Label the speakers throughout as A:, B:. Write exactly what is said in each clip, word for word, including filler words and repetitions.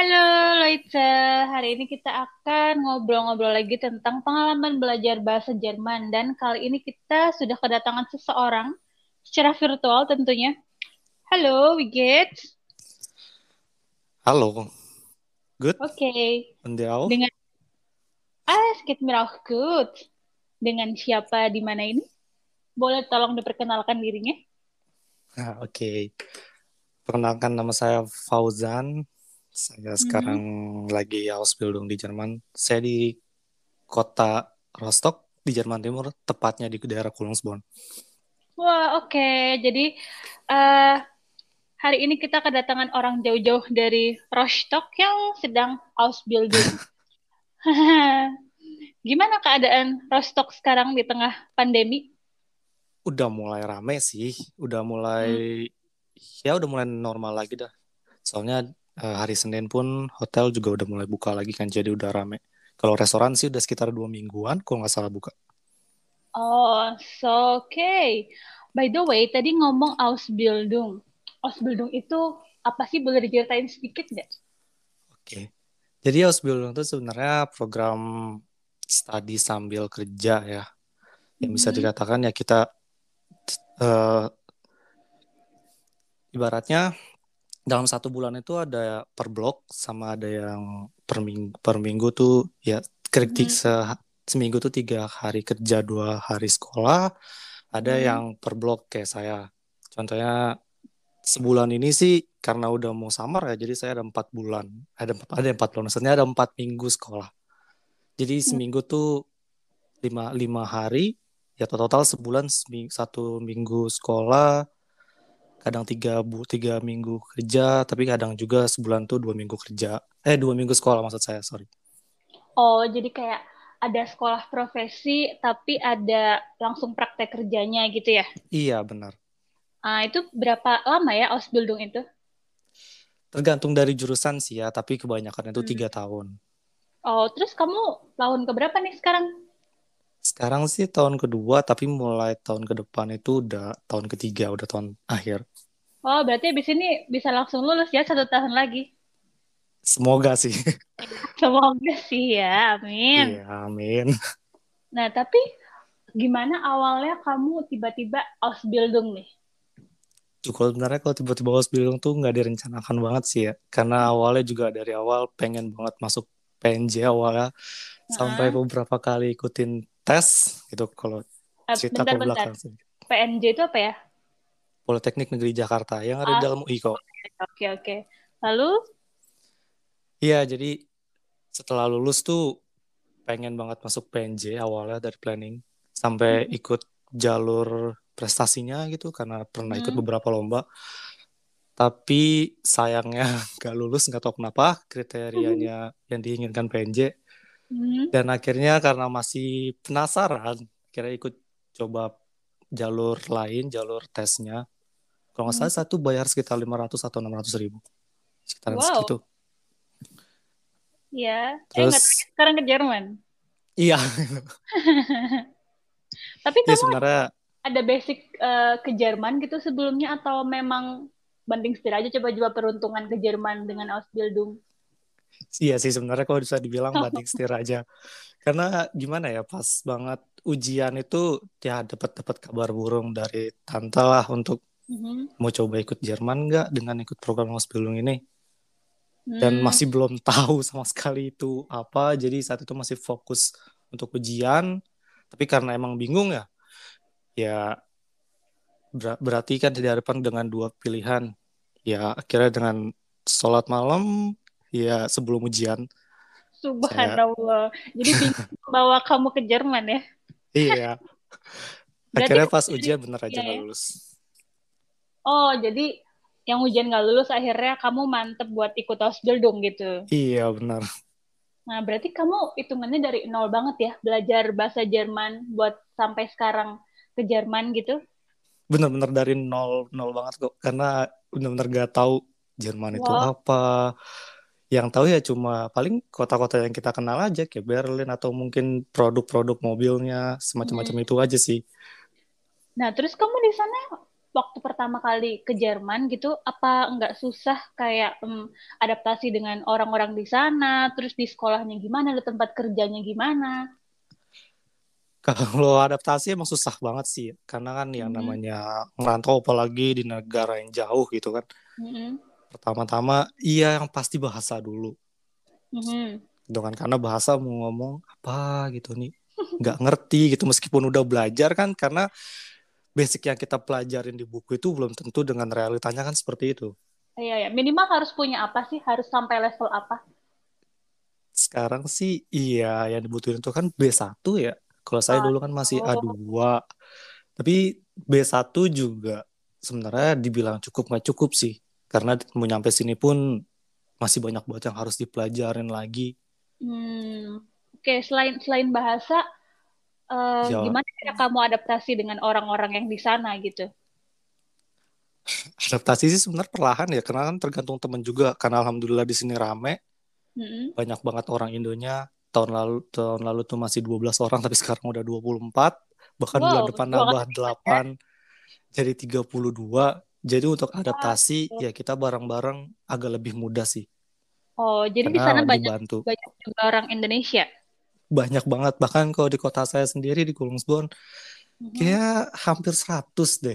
A: Halo Loice, hari ini kita akan ngobrol-ngobrol lagi tentang pengalaman belajar bahasa Jerman dan kali ini kita sudah kedatangan seseorang secara virtual tentunya. Halo Wigit,
B: Halo, good,
A: oke.
B: und dir auch?
A: Dengan ah, es geht mir auch gut. Dengan siapa di mana ini? Boleh tolong diperkenalkan dirinya?
B: Ah, Oke, Perkenalkan nama saya Fauzan. Saya sekarang
A: Hmm.
B: lagi Ausbildung di Jerman. Saya di kota Rostock di Jerman Timur, tepatnya di daerah Kolongsborn.
A: Wah, oke. Jadi eh, hari ini kita kedatangan orang jauh-jauh dari Rostock yang sedang Ausbildung. Gimana keadaan Rostock sekarang di tengah pandemi?
B: Udah mulai rame sih, udah mulai
A: Hmm.
B: ya udah mulai normal lagi dah. Soalnya eh, hari Senin pun hotel juga udah mulai buka lagi kan, jadi udah rame. Kalau restoran sih udah sekitar dua mingguan, kalau nggak salah buka.
A: Oh, so okay. By the way, tadi ngomong Ausbildung. Ausbildung itu apa sih? Boleh diceritain sedikit nggak?
B: Oke. Jadi Ausbildung itu sebenarnya program studi sambil kerja ya. Yang bisa
A: Mhm.
B: dikatakan ya kita eh, ibaratnya dalam satu bulan itu ada per blok sama ada yang per minggu, per minggu tuh ya kritik
A: Mhm.
B: se, seminggu tuh tiga hari kerja dua hari sekolah. Ada
A: Mhm.
B: yang per blok kayak saya. Contohnya sebulan ini sih karena udah mau samar ya, jadi saya ada empat bulan. Ada ada empat bulan, maksudnya ada empat minggu sekolah. Jadi seminggu tuh lima lima hari, ya total sebulan seming- satu minggu sekolah, kadang tiga bu tiga minggu kerja, tapi kadang juga sebulan tuh dua minggu kerja. Eh dua minggu sekolah maksud saya, sorry.
A: Oh, jadi kayak ada sekolah profesi, tapi ada langsung praktek kerjanya gitu ya?
B: Iya benar.
A: Ah, itu berapa lama ya Ausbildung itu?
B: Tergantung dari jurusan sih ya, tapi kebanyakan itu
A: Hmm.
B: tiga tahun.
A: Oh, terus kamu tahun keberapa nih sekarang?
B: Sekarang sih tahun kedua, tapi mulai tahun ke depan itu udah tahun ketiga, udah tahun akhir.
A: Oh, berarti abis ini bisa langsung lulus ya satu tahun lagi.
B: Semoga sih.
A: Semoga sih ya, amin.
B: Iya, amin.
A: Nah, tapi gimana awalnya kamu tiba-tiba Ausbildung nih?
B: Tuh, kalau sebenarnya kalau tiba-tiba harus bilang tuh nggak direncanakan banget sih ya. Karena awalnya juga dari awal pengen banget masuk P N J awalnya. Sampai
A: Heeh.
B: beberapa kali ikutin tes gitu kalau
A: Eh,
B: cerita ke
A: bentar-bentar.
B: belakang sih.
A: P N J itu apa ya?
B: Politeknik Negeri Jakarta yang ada di
A: Ah,
B: dalam U I kok.
A: oke oke. Lalu,
B: Iya, jadi setelah lulus tuh pengen banget masuk P N J awalnya dari planning sampai ikut jalur prestasinya gitu karena pernah ikut
A: hmm,
B: beberapa lomba. Tapi sayangnya nggak lulus, nggak tahu kenapa kriterianya yang diinginkan P N J.
A: hmm,
B: Dan akhirnya karena masih penasaran, kira ikut coba jalur lain, jalur tesnya. Kalau nggak salah
A: hmm.
B: satu bayar sekitar lima ratus atau enam ratus ribu. Sekitaran
A: Wow,
B: segitu.
A: ya. Eh, nggak tahu ya,
B: Terus,
A: sekarang ke Jerman.
B: iya,
A: Tapi
B: ya
A: kamu
B: sebenarnya,
A: ada basic eh, ke Jerman gitu sebelumnya atau memang banting setir aja coba-coba peruntungan ke Jerman dengan Ausbildung?
B: iya sih sebenarnya kalau bisa dibilang banting setir aja. Karena gimana ya, pas banget ujian itu ya dapat dapat kabar burung dari tante lah untuk
A: Mhm.
B: mau coba ikut Jerman nggak dengan ikut program Ausbildung ini. Dan
A: Hmm.
B: masih belum tahu sama sekali itu apa, jadi saat itu masih fokus untuk ujian, tapi karena emang bingung ya ya ber- berarti kan dihadapkan dengan dua pilihan, ya akhirnya dengan sholat malam ya sebelum ujian saya
A: Subhanallah. Jadi bingung bawa kamu ke Jerman ya.
B: iya
A: Berarti
B: akhirnya
A: kamu
B: pas
A: dari
B: ujian bener aja
A: iya
B: nggak
A: ya.
B: lulus.
A: Oh, jadi yang ujian nggak lulus akhirnya kamu mantep buat ikut Ausbildung gitu.
B: Iya benar.
A: Nah, berarti kamu hitungannya dari nol banget ya, belajar bahasa Jerman buat sampai sekarang ke Jerman gitu.
B: Bener-bener dari nol nol banget kok karena bener-bener gak tahu Jerman itu
A: Wow.
B: apa. Yang tahu ya cuma paling kota-kota yang kita kenal aja kayak Berlin atau mungkin produk-produk mobilnya semacam-macam
A: Hmm.
B: itu aja sih.
A: Nah, terus kamu di sana waktu pertama kali ke Jerman gitu, apa nggak susah kayak em, adaptasi dengan orang-orang di sana, terus di sekolahnya gimana, di tempat kerjanya gimana?
B: Kalau adaptasi emang susah banget sih, karena kan yang
A: Mhm,
B: namanya merantau apalagi di negara yang jauh gitu kan.
A: mhm,
B: Pertama-tama, iya yang pasti bahasa dulu.
A: mhm.
B: Gitu kan, karena bahasa mau ngomong apa gitu nih, nggak ngerti gitu meskipun udah belajar kan, karena basic yang kita pelajarin di buku itu belum tentu dengan realitanya kan seperti itu.
A: Iya ya, minimal harus punya apa sih? Harus sampai level apa?
B: Sekarang sih iya yang dibutuhin itu kan B satu ya. Kalau saya dulu kan masih A
A: Atau
B: dua. Tapi B satu juga sebenarnya dibilang cukup nggak cukup sih. Karena mau nyampe sini pun masih banyak banget yang harus dipelajarin lagi.
A: hmm, oke, selain selain bahasa, eh,
B: Ya
A: gimana cara kamu adaptasi dengan orang-orang yang di sana gitu?
B: adaptasi sih sebenarnya perlahan ya. Karena kan tergantung temen juga. Karena alhamdulillah di sini rame.
A: Mm-mm.
B: Banyak banget orang Indonya. Tahun lalu tahun lalu tuh masih dua belas orang tapi sekarang udah dua puluh empat. Bahkan bulan
A: Wow,
B: depan
A: dua kali
B: nambah
A: lipat ya?
B: delapan jadi tiga puluh dua. Jadi untuk
A: Wah.
B: adaptasi ya kita bareng-bareng agak lebih mudah sih.
A: Oh, jadi di sana
B: Karena
A: banyak
B: dibantu.
A: banyak juga orang Indonesia.
B: Banyak banget. Bahkan kalau di kota saya sendiri di Kulungsborn,
A: Mhm.
B: kayak hampir seratus deh.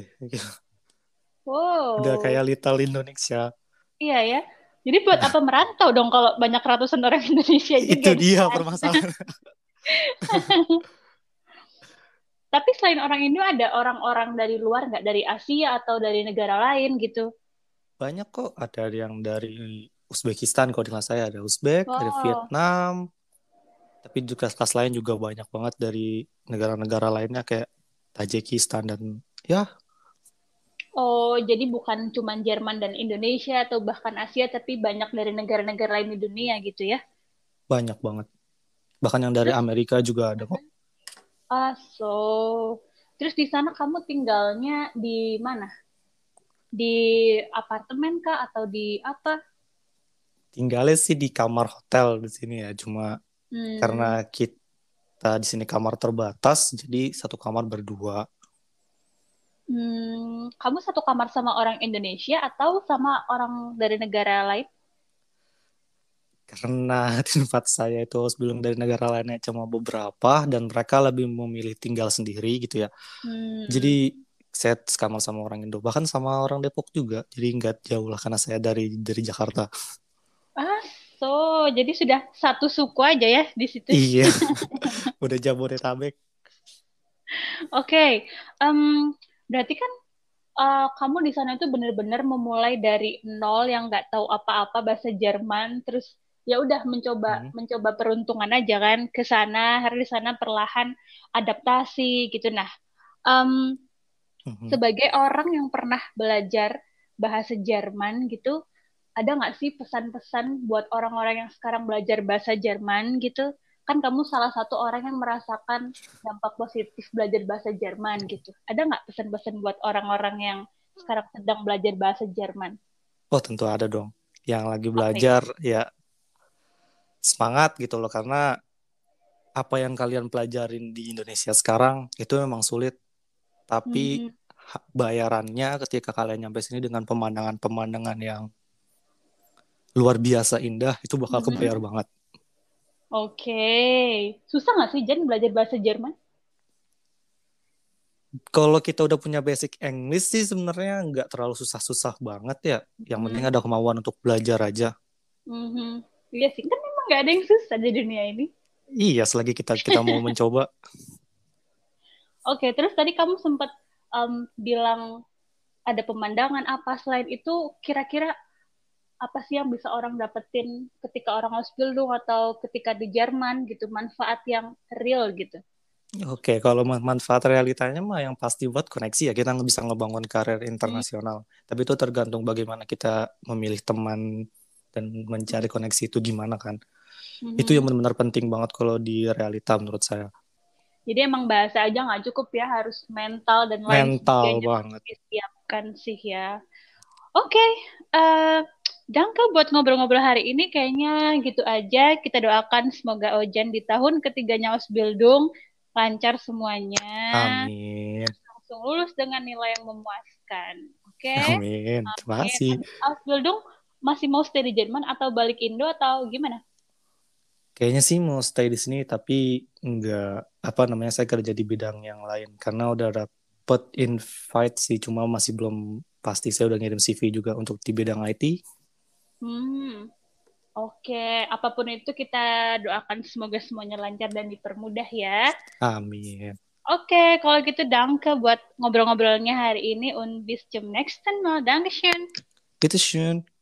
B: Udah
A: Wow,
B: kayak Little Indonesia.
A: iya ya. Jadi buat apa merantau dong kalau banyak ratusan orang Indonesia juga
B: Itu
A: di
B: dia
A: sana?
B: permasalahan.
A: Tapi selain orang Indo ada orang-orang dari luar nggak? Dari Asia atau dari negara lain gitu?
B: Banyak kok. Ada yang dari Uzbekistan, kalau di kelas saya ada Uzbek, ada
A: Wow.
B: Vietnam. Tapi di kelas-kelas lain juga banyak banget dari negara-negara lainnya kayak Tajikistan dan ya
A: Oh, jadi bukan cuma Jerman dan Indonesia atau bahkan Asia, tapi banyak dari negara-negara lain di dunia gitu ya.
B: banyak banget. Bahkan yang dari
A: Terus,
B: Amerika juga ada kok.
A: ah, so, terus di sana kamu tinggalnya di mana? Di apartemen kah atau di apa?
B: Tinggalnya sih di kamar hotel di sini ya. Cuma karena
A: Hmm,
B: kita di sini kamar terbatas, jadi satu kamar berdua.
A: hmm, kamu satu kamar sama orang Indonesia atau sama orang dari negara lain?
B: Karena di tempat saya itu sebelum dari negara lainnya cuma beberapa dan mereka lebih memilih tinggal sendiri gitu ya. Jadi
A: Hmm,
B: saya kamar sama orang Indo, bahkan sama orang Depok juga. Jadi nggak jauh lah karena saya dari dari Jakarta.
A: ah, so, jadi sudah satu suku aja ya di situ.
B: Iya, udah Jabodetabek.
A: Oke, em, berarti kan eh, kamu di sana itu benar-benar memulai dari nol yang nggak tahu apa-apa bahasa Jerman, terus ya udah mencoba
B: Hmm.
A: mencoba peruntungan aja kan ke sana, hari di sana perlahan adaptasi gitu. Nah, em,
B: Mhm.
A: sebagai orang yang pernah belajar bahasa Jerman gitu, ada nggak sih pesan-pesan buat orang-orang yang sekarang belajar bahasa Jerman gitu? Kan kamu salah satu orang yang merasakan dampak positif belajar bahasa Jerman gitu. Ada nggak pesan-pesan buat orang-orang yang sekarang sedang belajar bahasa Jerman?
B: Oh tentu ada dong. Yang lagi
A: Apa itu?
B: belajar ya semangat gitu loh karena apa yang kalian pelajarin di Indonesia sekarang itu memang sulit. Tapi
A: Hmm,
B: ha- bayarannya ketika kalian nyampe sini dengan pemandangan-pemandangan yang luar biasa indah itu bakal kebayar
A: mhm.
B: banget.
A: Oke. Susah nggak sih Jen belajar bahasa Jerman?
B: Kalau kita udah punya basic English sih sebenarnya nggak terlalu susah-susah banget ya. Yang penting
A: Hmm,
B: ada kemauan untuk belajar aja.
A: mhm. Iya sih, kan memang nggak ada yang susah di dunia ini.
B: Iya, selagi kita kita mau mencoba.
A: Oke, terus tadi kamu sempat em, bilang ada pemandangan apa selain itu kira-kira apa sih yang bisa orang dapetin ketika orang Ausbildung atau ketika di Jerman gitu, manfaat yang real gitu.
B: Oke, kalau ma- manfaat realitanya mah yang pasti buat koneksi ya kita nggak bisa ngebangun karir
A: Hmm,
B: internasional. Tapi itu tergantung bagaimana kita memilih teman dan mencari koneksi itu gimana kan. Itu yang
A: mhm.
B: benar-benar penting banget kalau di realita menurut saya.
A: Jadi emang bahasa aja nggak cukup ya, harus mental dan lain
B: Mental
A: sebagainya harus
B: banget.
A: disiapkan sih ya. Oke, eh Danke buat ngobrol-ngobrol hari ini kayaknya gitu aja. Kita doakan semoga Ojan di tahun ketiganya Ausbildung lancar semuanya,
B: Amin.
A: langsung lulus dengan nilai yang memuaskan. memuaskan. Oke?
B: Amin. Terima
A: Amin.
B: kasih.
A: Ausbildung masih mau stay di Jerman atau balik Indo atau gimana?
B: Kayaknya sih mau stay di sini tapi nggak apa namanya saya kerja di bidang yang lain karena udah dapet invite sih cuma masih belum pasti saya udah ngirim C V juga untuk di bidang I T.
A: Hmm, oke. Apapun itu kita doakan semoga semuanya lancar dan dipermudah ya.
B: Amin.
A: Oke, kalau gitu danke buat ngobrol-ngobrolnya hari ini und bis zum nächsten Mal. Dankeschön.
B: Bitteschön.